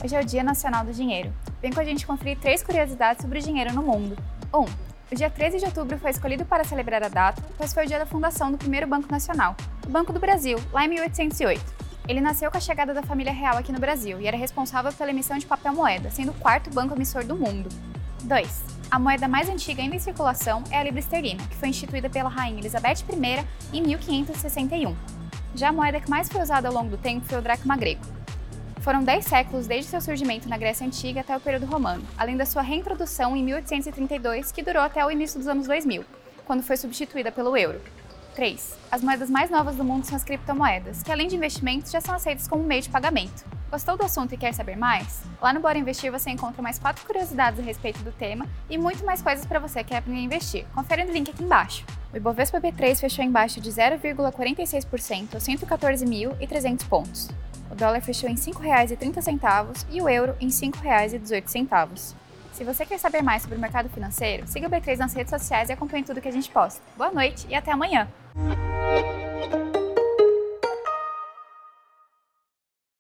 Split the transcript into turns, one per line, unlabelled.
Hoje é o Dia Nacional do Dinheiro. Vem com a gente conferir 3 curiosidades sobre o dinheiro no mundo. 1. O dia 13 de outubro foi escolhido para celebrar a data, pois foi o dia da fundação do primeiro Banco Nacional, o Banco do Brasil, lá em 1808. Ele nasceu com a chegada da família real aqui no Brasil e era responsável pela emissão de papel moeda, sendo o 4º banco emissor do mundo. 2. A moeda mais antiga ainda em circulação é a libra esterlina, que foi instituída pela rainha Elizabeth I em 1561. Já a moeda que mais foi usada ao longo do tempo foi o dracma grego. Foram 10 séculos desde seu surgimento na Grécia Antiga até o período romano, além da sua reintrodução em 1832, que durou até o início dos anos 2000, quando foi substituída pelo euro. 3. As moedas mais novas do mundo são as criptomoedas, que além de investimentos já são aceitas como meio de pagamento. Gostou do assunto e quer saber mais? Lá no Bora Investir você encontra mais 4 curiosidades a respeito do tema e muito mais coisas para você que quer aprender a investir. Confere no link aqui embaixo. O Ibovespa B3 fechou em baixa de 0,46% aos 114.300 pontos. O dólar fechou em R$ 5,30 e o euro em R$ 5,18. Se você quer saber mais sobre o mercado financeiro, siga o B3 nas redes sociais e acompanhe tudo que a gente posta. Boa noite e até amanhã!